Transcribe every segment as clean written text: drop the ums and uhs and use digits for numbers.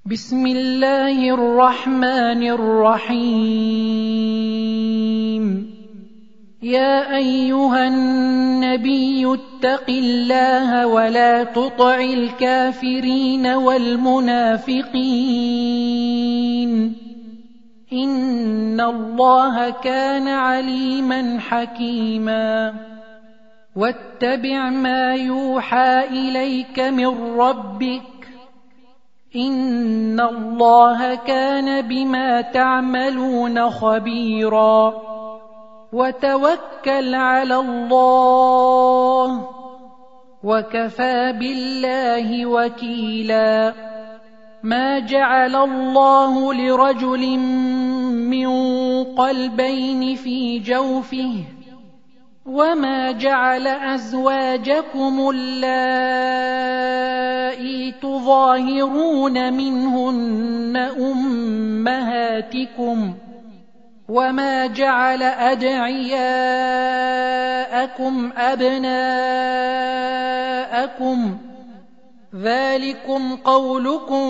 بسم الله الرحمن الرحيم. يا أيها النبي اتق الله ولا تطع الكافرين والمنافقين، إن الله كان عليما حكيما. واتبع ما يوحى إليك من ربك، إن الله كان بما تعملون خبيرا. وتوكل على الله، وكفى بالله وكيلا. ما جعل الله لرجل من قلبين في جوفه، وما جعل أزواجكم اللائي تظاهرون منهن أمهاتكم، وما جعل أدعياءكم أبناءكم، ذلكم قولكم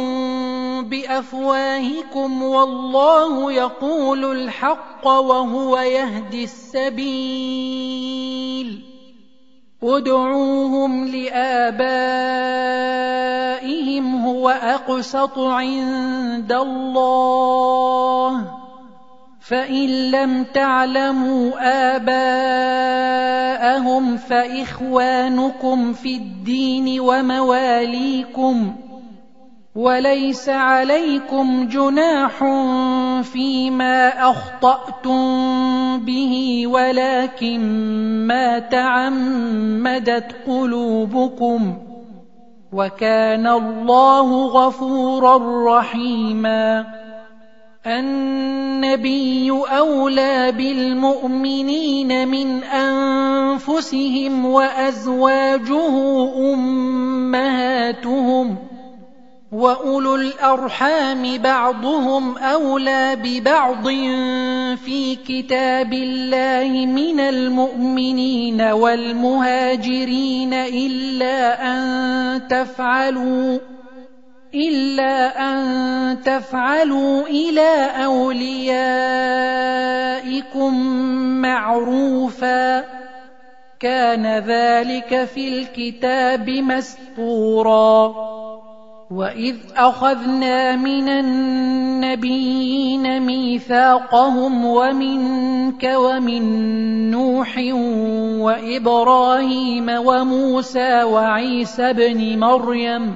بأفواهكم والله يقول الحق وهو يهدي السبيل. ادعوهم لآبائهم هو أقسط عند الله، فإن لم تعلموا آباءهم فإخوانكم في الدين ومواليكم، وليس عليكم جناح فيما أخطأتم به ولكن ما تعمدت قلوبكم، وكان الله غفورا رحيما. النبي أولى بالمؤمنين من أنفسهم وأزواجه أمهاتهم، وأولو الأرحام بعضهم أولى ببعض في كتاب الله من المؤمنين والمهاجرين إلا أن تفعلوا إلى أوليائكم معروفا، كان ذلك في الكتاب مسطورا. وإذ أخذنا من النبيين ميثاقهم ومنك ومن نوح وإبراهيم وموسى وعيسى ابن مريم،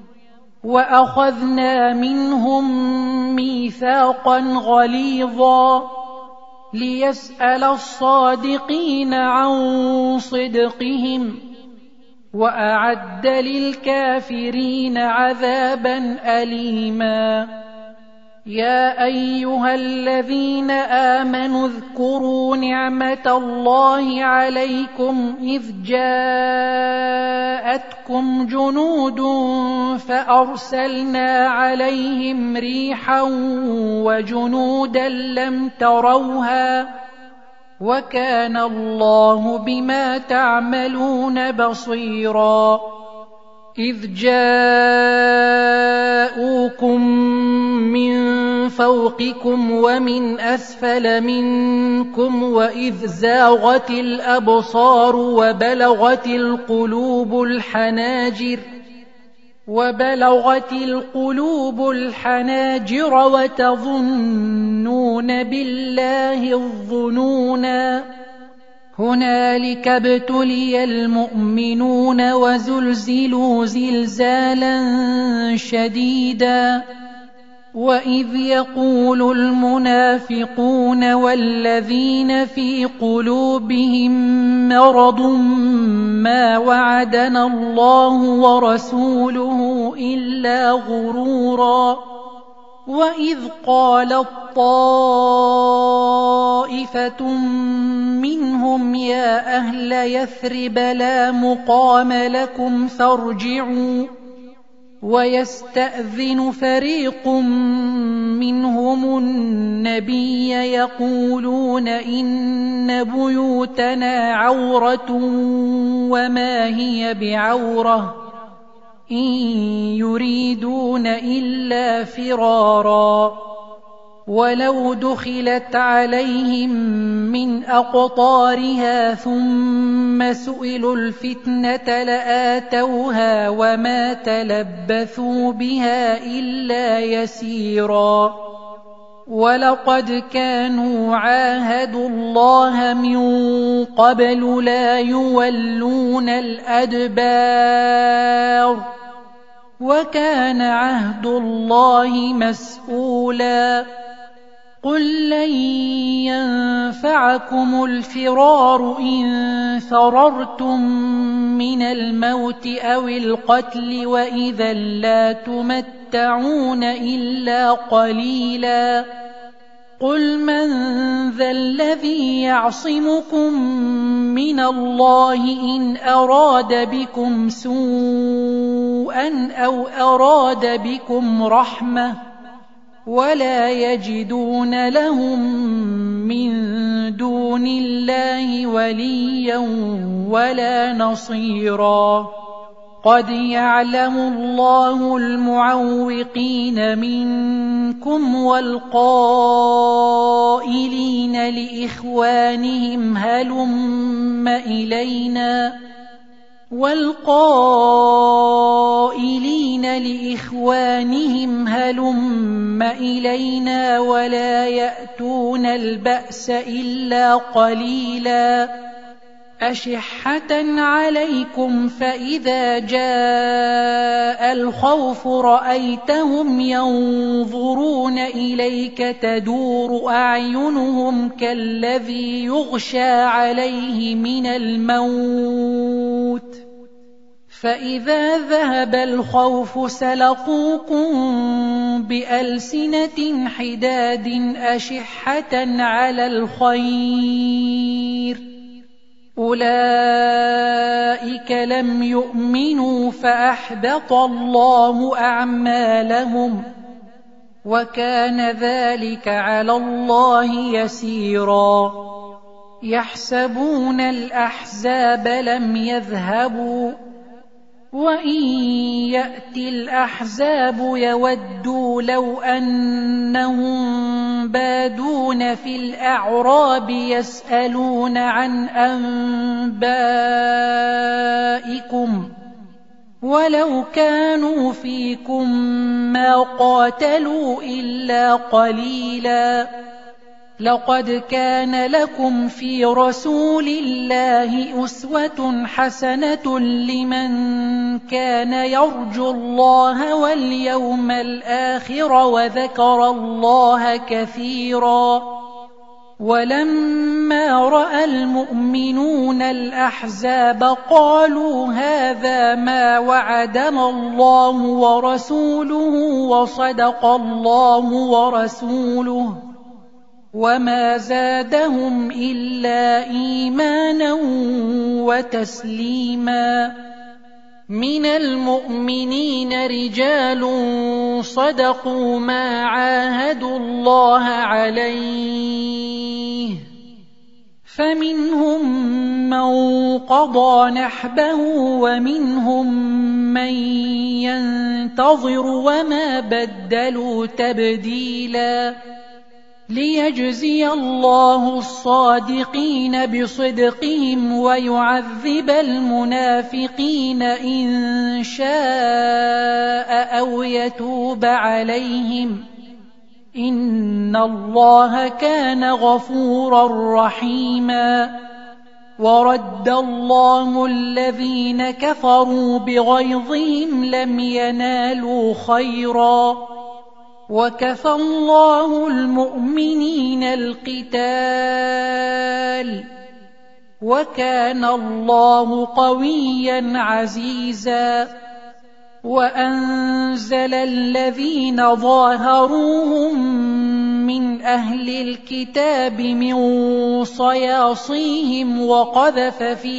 وأخذنا منهم ميثاقا غليظا ليسأل الصادقين عن صدقهم، وأعد للكافرين عذابا أليما. يا أيها الذين آمنوا اذكروا نعمة الله عليكم إذ جاءتكم جنود فأرسلنا عليهم ريحا وجنودا لم تروها، وكان الله بما تعملون بصيرا. إذ جاءوكم من فوقكم ومن أسفل منكم وإذ زاغت الأبصار وبلغت القلوب الحناجر وتظنون بالله الظنونا. هنالك ابتلي المؤمنون وزلزلوا زلزالا شديدا. وإذ يقول المنافقون والذين في قلوبهم مرض ما وعدنا الله ورسوله إلا غرورا. وإذ قالت طائفة منهم يا أهل يثرب لا مقام لكم فارجعوا، ويستأذن فريق منهم النبي يقولون إن بيوتنا عورة وما هي بعورة إن يريدون إلا فرارا ولو دخلت عليهم من أقطارها ثم سئلوا الفتنة لآتوها وما تلبثوا بها إلا يسيرا ولقد كانوا عاهدوا الله من قبل لا يولون الأدبار وكان عهد الله مسؤولا قل لن ينفعكم الفرار إن فررتم من الموت أو القتل وإذا لا تمتعون إلا قليلا قل من ذا الذي يعصمكم من الله إن أراد بكم سوءا أو أراد بكم رحمة ولا يجدون لهم من دون الله وليا ولا نصيرا قد يعلم الله المعوقين منكم والقائلين لإخوانهم هلم إلينا ولا يأتون البأس إلا قليلا أشحة عليكم فإذا جاء الخوف رأيتهم ينظرون إليك تدور أعينهم كالذي يغشى عليه من الموت فإذا ذهب الخوف سلقوكم بألسنة حداد أشحة على الخير أولئك لم يؤمنوا فأحبط الله أعمالهم وكان ذلك على الله يسيرا يحسبون الأحزاب لم يذهبوا وإن يأتي الأحزاب يودوا لو أنهم بادون في الأعراب يسألون عن أنبائكم ولو كانوا فيكم ما قاتلوا إلا قليلا لقد كان لكم في رسول الله أسوة حسنة لمن كان يرجو الله واليوم الآخر وذكر الله كثيرا ولما رأى المؤمنون الأحزاب قالوا هذا ما وعدنا الله ورسوله وصدق الله ورسوله وما زادهم إلا إيمانا وتسليما من المؤمنين رجال صدقوا ما عاهدوا الله عليه فمنهم من قضى نحبه ومنهم من ينتظر وما بدلوا تبديلا ليجزي الله الصادقين بصدقهم ويعذب المنافقين إن شاء أو يتوب عليهم إن الله كان غفورا رحيما ورد الله الذين كفروا بغيظهم لم ينالوا خيرا وكفى الله المؤمنين القتال وكان الله قويا عزيزا وأنزل الذين ظاهروهم من أهل الكتاب من صياصيهم وقذف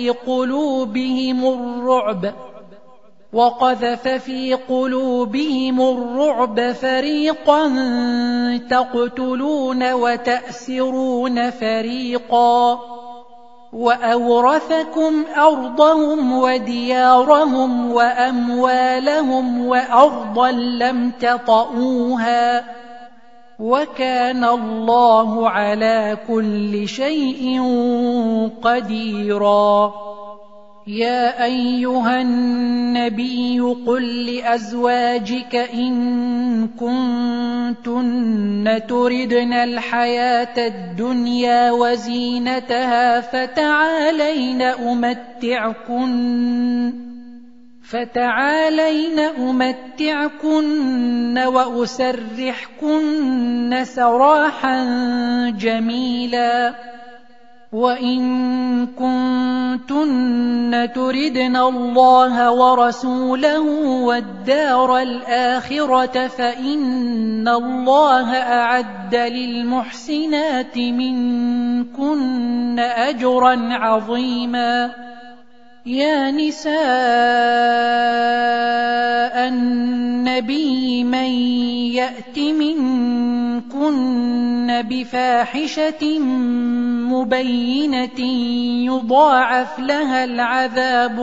في قلوبهم الرعب فريقا تقتلون وتأسرون فريقا وأورثكم أرضهم وديارهم وأموالهم وأرضا لم تطئوها وكان الله على كل شيء قديرا. يا أيها النبي قل لأزواجك إن كنتن تردن الحياة الدنيا وزينتها فتعالين أمتعكن وأسرحكن سراحا جميلا. وإن كنتن تردن الله ورسوله والدار الآخرة فإن الله أعد للمحسنات منكن أجرا عظيما. يا نساء النبي من يأت منكن بفاحشة مبينة يضاعف لها العذاب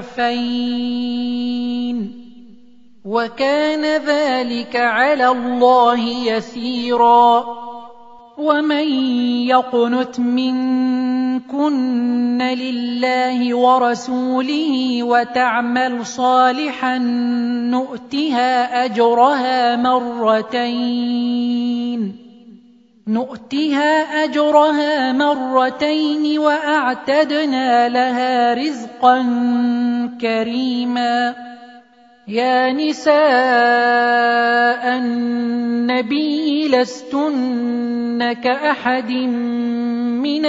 ضعفين وكان ذلك على الله يسيرا. ومن يقنت منكن لله ورسوله وتعمل صالحا نؤتها أجرها مرتين وأعتدنا لها رزقا كريما. يا نساء النبي لستن كأحد من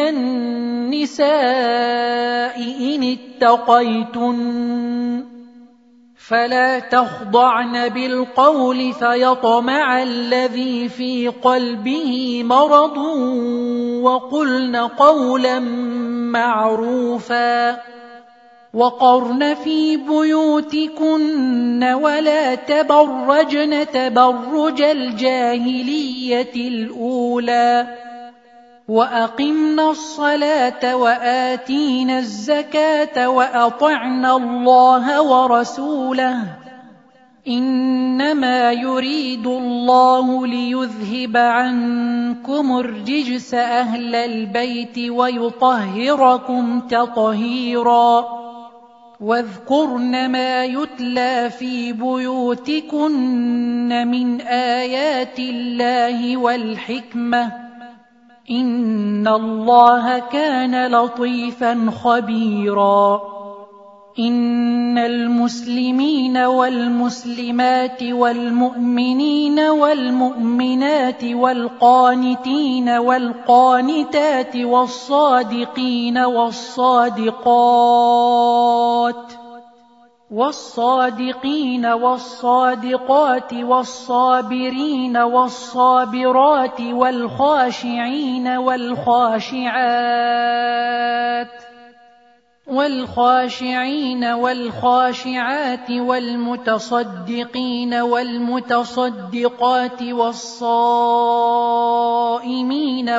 النساء إن اتقيتن فلا تخضعن بالقول فيطمع الذي في قلبه مرض وقلن قولا معروفا. وقرن في بيوتكن ولا تبرجن تبرج الجاهلية الأولى وأقمنا الصلاة وآتينا الزكاة وأطعنا الله ورسوله إنما يريد الله ليذهب عنكم الرجس أهل البيت ويطهركم تطهيرا. واذكرن ما يتلى في بيوتكن من آيات الله والحكمة إن الله كان لطيفا خبيرا. إن المسلمين والمسلمات والمؤمنين والمؤمنات والقانتين والقانتات والصادقين والصادقات والصابرين والصابرات والخاشعين والخاشعات والمتصدقين والمتصدقات والصائمين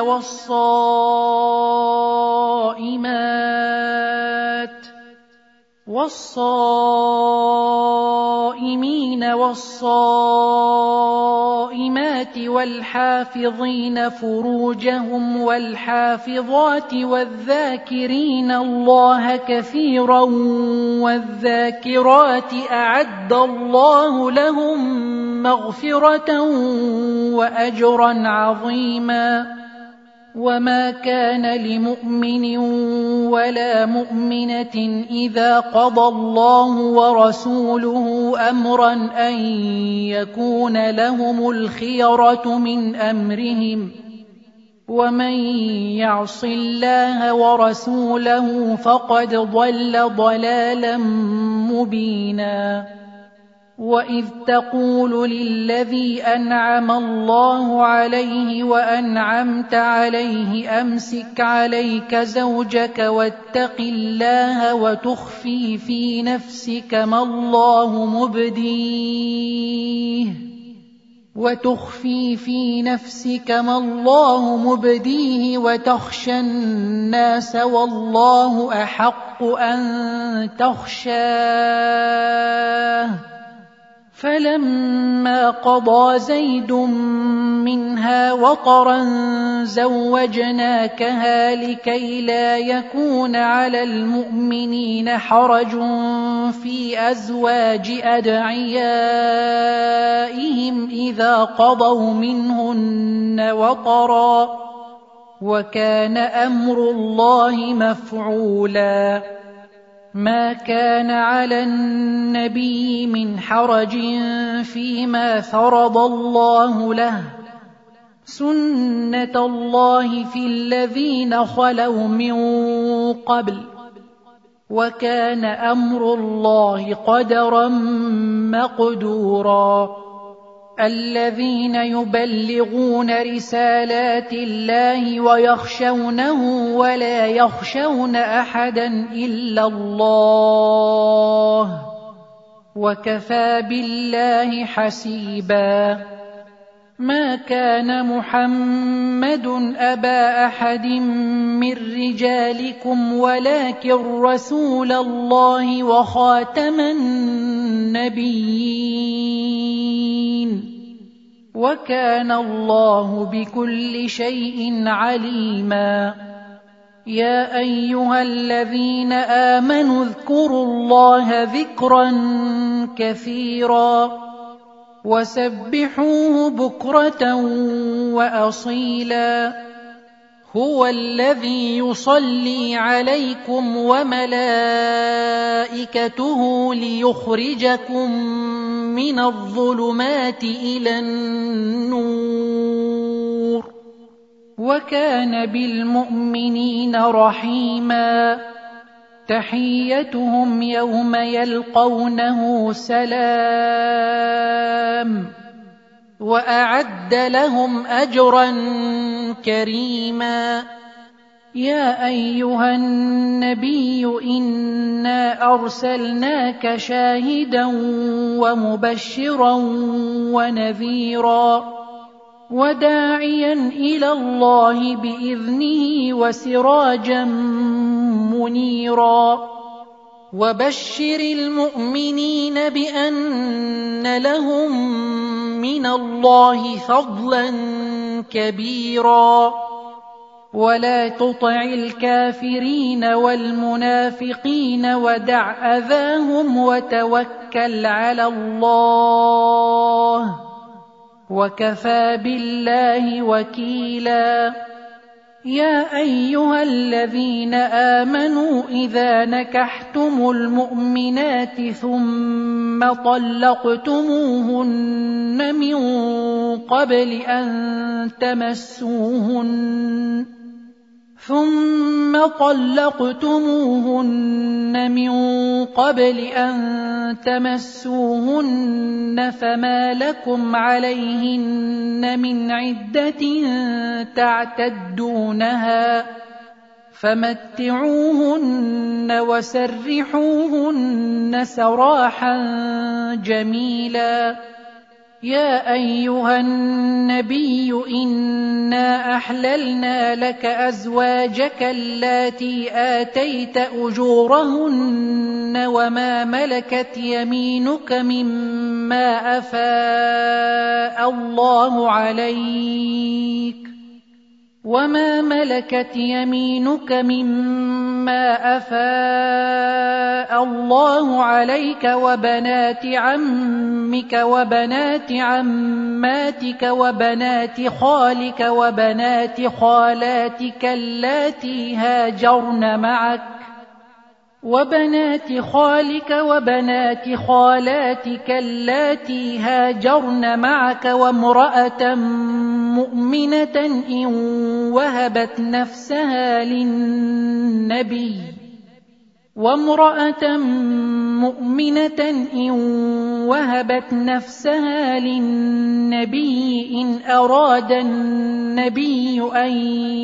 والصائمات والحافظين فروجهم والحافظات والذاكرين الله كثيرا والذاكرات أعد الله لهم مغفرة وأجرا عظيما. وما كان لمؤمن ولا مؤمنة إذا قضى الله ورسوله أمرا أن يكون لهم الخيرة من أمرهم ومن يعص الله ورسوله فقد ضل ضلالا مبينا. وإذ تقول للذي أنعم الله عليه وأنعمت عليه أمسك عليك زوجك واتق الله وتخفي في نفسك ما الله مبديه وتخفي في نفسك ما الله مبديه وتخشى الناس والله أحق أن تخشاه. فلما قضى زيد منها وطرا زوجناكها لكي لا يكون على المؤمنين حرج في أزواج أدعيائهم إذا قضوا منهن وطرا، وكان أمر الله مفعولا. ما كان على النبي من حرج فيما فرض الله له، سنة الله في الذين خلوا من قبل، وكان أمر الله قدرا مقدورا. الذين يبلغون رسالات الله ويخشونه ولا يخشون أحدا إلا الله، وكفى بالله حسيبا. ما كان محمد أبا أحد من رجالكم ولكن رسول الله وخاتم النبيين، وكان الله بكل شيء عليما. يا أيها الذين آمنوا اذكروا الله ذكرا كثيرا وسبحوه بكرة وأصيلا. هو الذي يصلي عليكم وملائكته ليخرجكم من الظلمات إلى النور، وكان بالمؤمنين رحيما. تحيتهم يوم يلقونه سلام، وأعد لهم أجرا كريما. يا أيها النبي إنا أرسلناك شاهدا ومبشرا ونذيرا وداعيا إلى الله بإذنه وسراجا منيرا. وبشر المؤمنين بأن لهم من الله فضلا كبيرا. ولا تطع الكافرين والمنافقين ودع أذاهم وتوكل على الله، وكفى بالله وكيلا. يا أيها الذين آمنوا إذا نكحتم المؤمنات ثم طلقتموهن من قبل أن تمسوهن فما لكم عليهن من عدة تعتدونها، فمتعوهن وسرحوهن سراحا جميلا. يا أيها النبي إنا أحللنا لك أزواجك اللاتي آتيت أجورهن وما ملكت يمينك مما أفاء الله عليك وبنات عمك وبنات عماتك وبنات خالك وبنات خالاتك اللاتي هاجرن معك وامرأة مؤمنة إن وهبت نفسها للنبي إن أراد النبي أن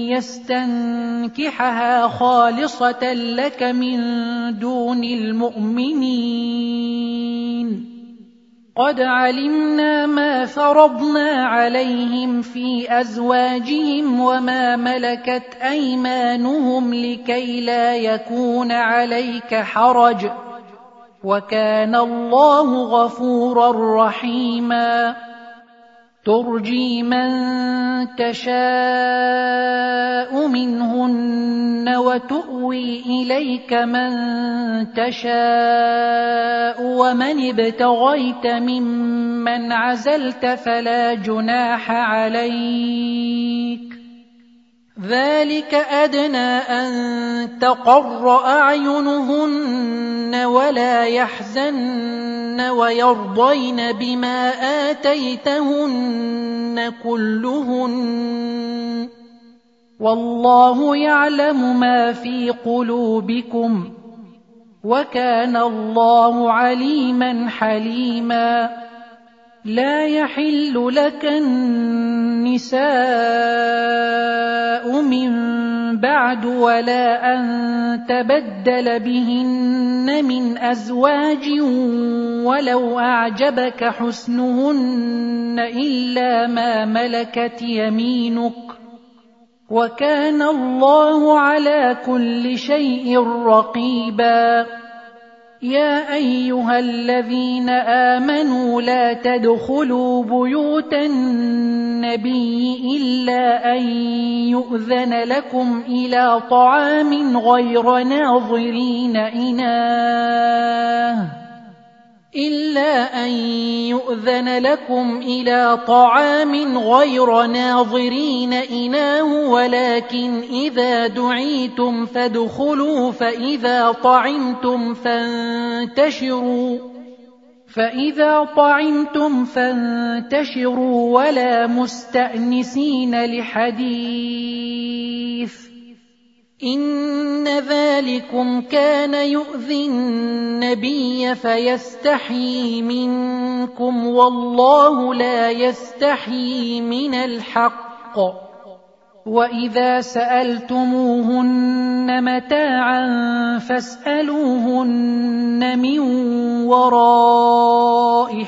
يستنكحها خالصة لك من دون المؤمنين. قد علمنا ما فرضنا عليهم في أزواجهم وما ملكت أيمانهم لكي لا يكون عليك حرج وكان الله غفورا رحيما ترجي من تشاء منهن وتؤوي إليك من تشاء ومن ابتغيت ممن عزلت فلا جناح عليك ذلك أدنى أن تقر أعينهن ولا يحزن ويرضين بما آتيتهن كلهن والله يعلم ما في قلوبكم وكان الله عليما حليما لا يحل لك النساء من بعد ولا أن تبدل بهن من أزواج ولو أعجبك حسنهن إلا ما ملكت يمينك وكان الله على كل شيء رقيبا يا أيها الذين آمنوا لا تدخلوا بيوت النبي إلا أن يؤذن لكم إلى طعام غير ناظرين إناه ولكن إذا دعيتم فادخلوا فإذا طعمتم فانتشروا ولا مستأنسين لحديث إن ذلكم كان يؤذي النبي فيستحيي منكم والله لا يستحيي من الحق وإذا سألتموهن متاعا فاسألوهن من وراء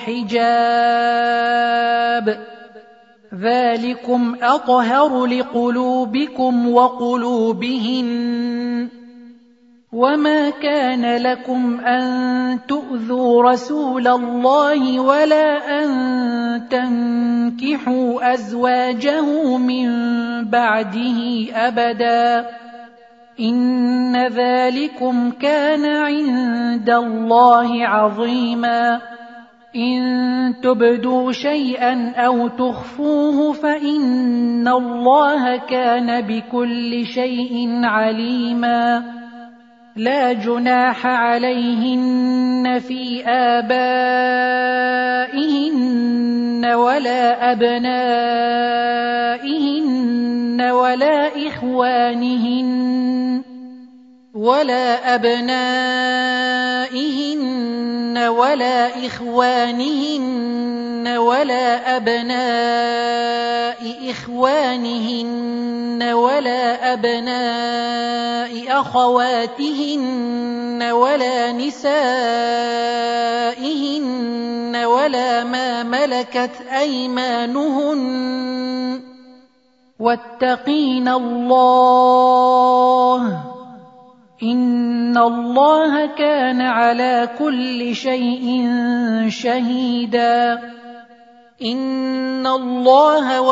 حجاب ذلكم أطهر لقلوبكم وقلوبهن وما كان لكم أن تؤذوا رسول الله ولا أن تنكحوا أزواجه من بعده أبدا إن ذلكم كان عند الله عظيما إن تبدوا شيئا أو تخفوه فإن الله كان بكل شيء عليما لا جناح عليهن في آبائهن ولا أبنائهن ولا إخوانهن ولا أبناء إخوانهن ولا أبناء أخواتهن ولا نسائهن ولا ما ملكت أيمانهن واتقين الله إن الله كان على كل شيء شهيدا إن الله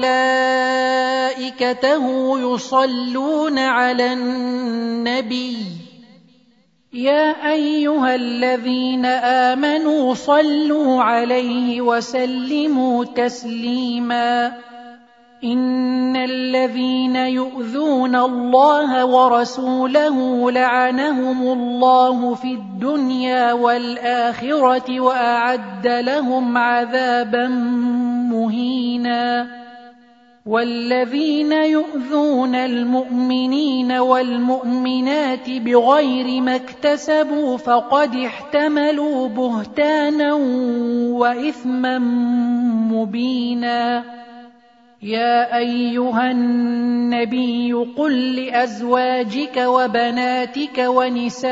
وملائكته يصلون على النبي يا أيها الذين آمنوا صلوا عليه وسلموا تسليما إن الذين يؤذون الله ورسوله لعنهم الله في الدنيا والآخرة وأعد لهم عذابا مهينا والذين يؤذون المؤمنين والمؤمنات بغير ما اكتسبوا فقد احتملوا بهتانا وإثما مبينا يا أيها النبي قل لأزواجك وبناتك ونساء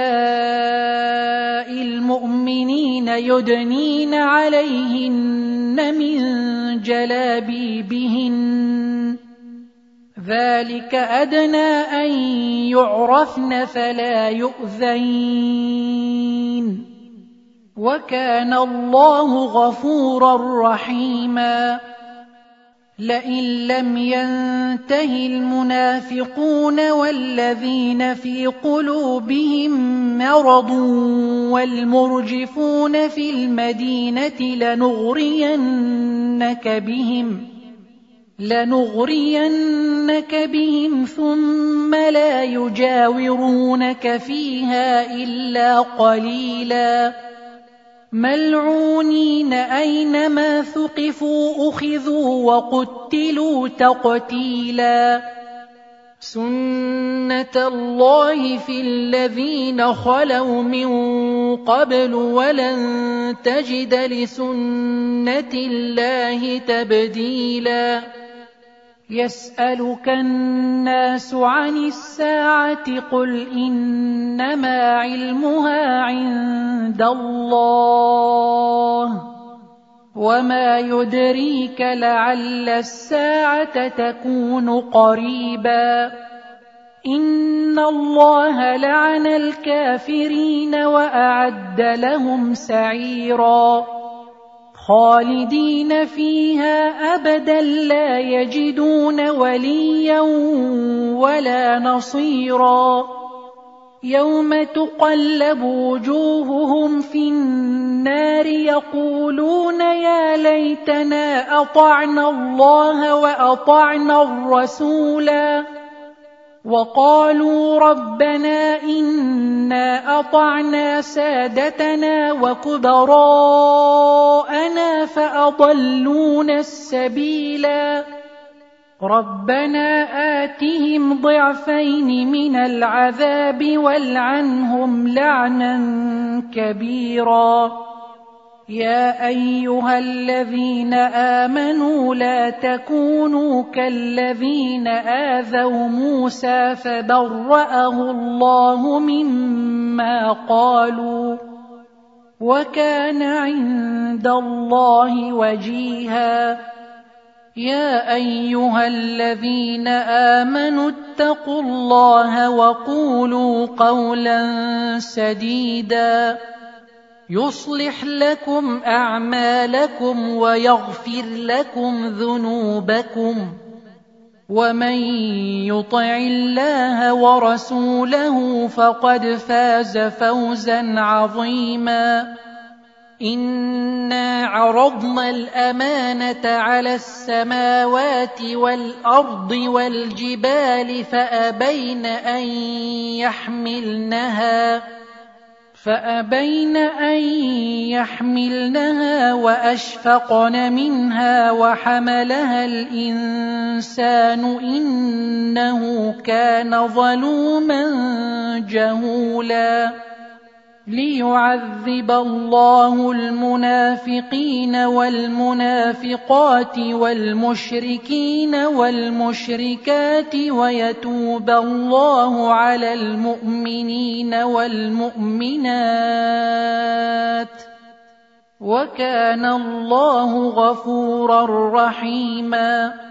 المؤمنين يدنين عليهن من جلابيبهن ذلك أدنى أن يعرفن فلا يؤذين وكان الله غفورا رحيما لئن لم ينته المنافقون والذين في قلوبهم مرض والمرجفون في المدينة لنغرينك بهم ثم لا يجاورونك فيها إلا قليلا ملعونين أينما ثقفوا أخذوا وقتلوا تقتيلا سنة الله في الذين خلوا من قبل ولن تجد لسنة الله تبديلا يسألك الناس عن الساعة قل إنما علمها عند الله وما يدريك لعل الساعة تكون قريبا إن الله لعن الكافرين وأعد لهم سعيرا خالدين فيها أبدا لا يجدون وليا ولا نصيرا يوم تقلب وجوههم في النار يقولون يا ليتنا أطعنا الله وأطعنا الرسولا وقالوا ربنا إنا أطعنا سادتنا وكبراءنا فأضلونا السبيلا ربنا آتهم ضعفين من العذاب والعنهم لعنا كبيرا يا أيها الذين آمنوا لا تكونوا كالذين آذوا موسى فبرأه الله مما قالوا وكان عند الله وجيها يا أيها الذين آمنوا اتقوا الله وقولوا قولا سديدا يصلح لكم أعمالكم ويغفر لكم ذنوبكم ومن يطع الله ورسوله فقد فاز فوزا عظيما إنا عرضنا الأمانة على السماوات والأرض والجبال فأبين أن يحملنها وأشفقن منها وحملها الإنسان إنه كان ظلوما جهولا ليعذب الله المنافقين والمنافقات والمشركين والمشركات ويتوب الله على المؤمنين والمؤمنات وكان الله غفورا رحيما